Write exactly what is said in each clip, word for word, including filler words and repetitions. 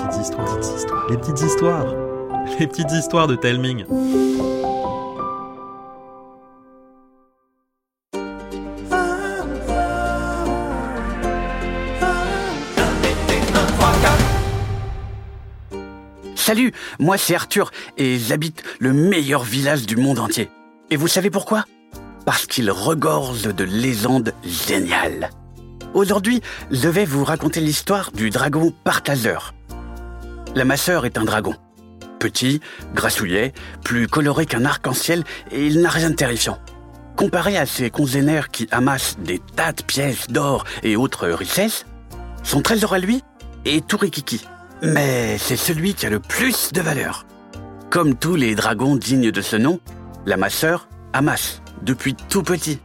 petites histoires, petites histoires, les petites histoires, les petites histoires de Telming. Salut, moi c'est Arthur et j'habite le meilleur village du monde entier. Et vous savez pourquoi ? Parce qu'il regorge de légendes géniales. Aujourd'hui, je vais vous raconter l'histoire du dragon partageur. La masseur est un dragon. Petit, grassouillet, plus coloré qu'un arc-en-ciel et il n'a rien de terrifiant. Comparé à ses congénères qui amassent des tas de pièces d'or et autres richesses, son trésor à lui est tout rikiki. Mais c'est celui qui a le plus de valeur. Comme tous les dragons dignes de ce nom, la masseur amasse depuis tout petit.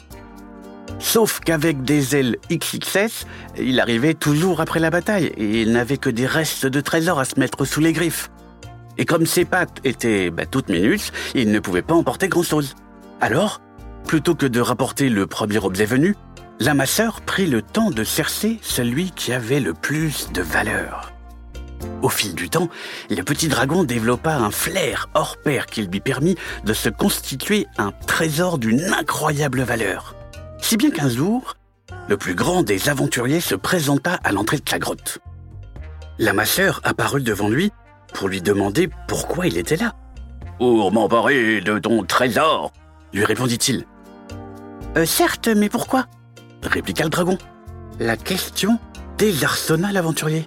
Sauf qu'avec des ailes X X S, il arrivait toujours après la bataille et il n'avait que des restes de trésors à se mettre sous les griffes. Et comme ses pattes étaient bah, toutes minutes, il ne pouvait pas emporter grand-chose. Alors, plutôt que de rapporter le premier objet venu, la masseur prit le temps de chercher celui qui avait le plus de valeur. Au fil du temps, le petit dragon développa un flair hors pair qui lui permit de se constituer un trésor d'une incroyable valeur. Si bien qu'un jour, le plus grand des aventuriers se présenta à l'entrée de sa grotte. La masseur apparut devant lui pour lui demander pourquoi il était là. « Pour m'emparer de ton trésor !» lui répondit-il. Euh, « Certes, mais pourquoi ?» répliqua le dragon. La question désarçonna l'aventurier.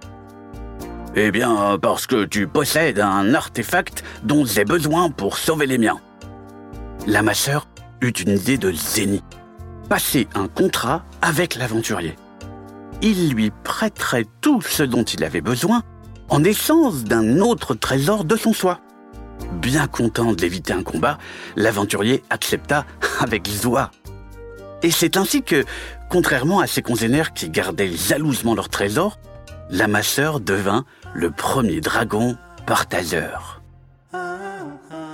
« Eh bien, parce que tu possèdes un artefact dont j'ai besoin pour sauver les miens. » La masseur eut une idée de génie. Passer un contrat avec l'aventurier. Il lui prêterait tout ce dont il avait besoin en échange d'un autre trésor de son choix. Bien content d'éviter un combat, l'aventurier accepta avec joie. Et c'est ainsi que, contrairement à ses congénères qui gardaient jalousement leur trésor, la masseur devint le premier dragon partageur.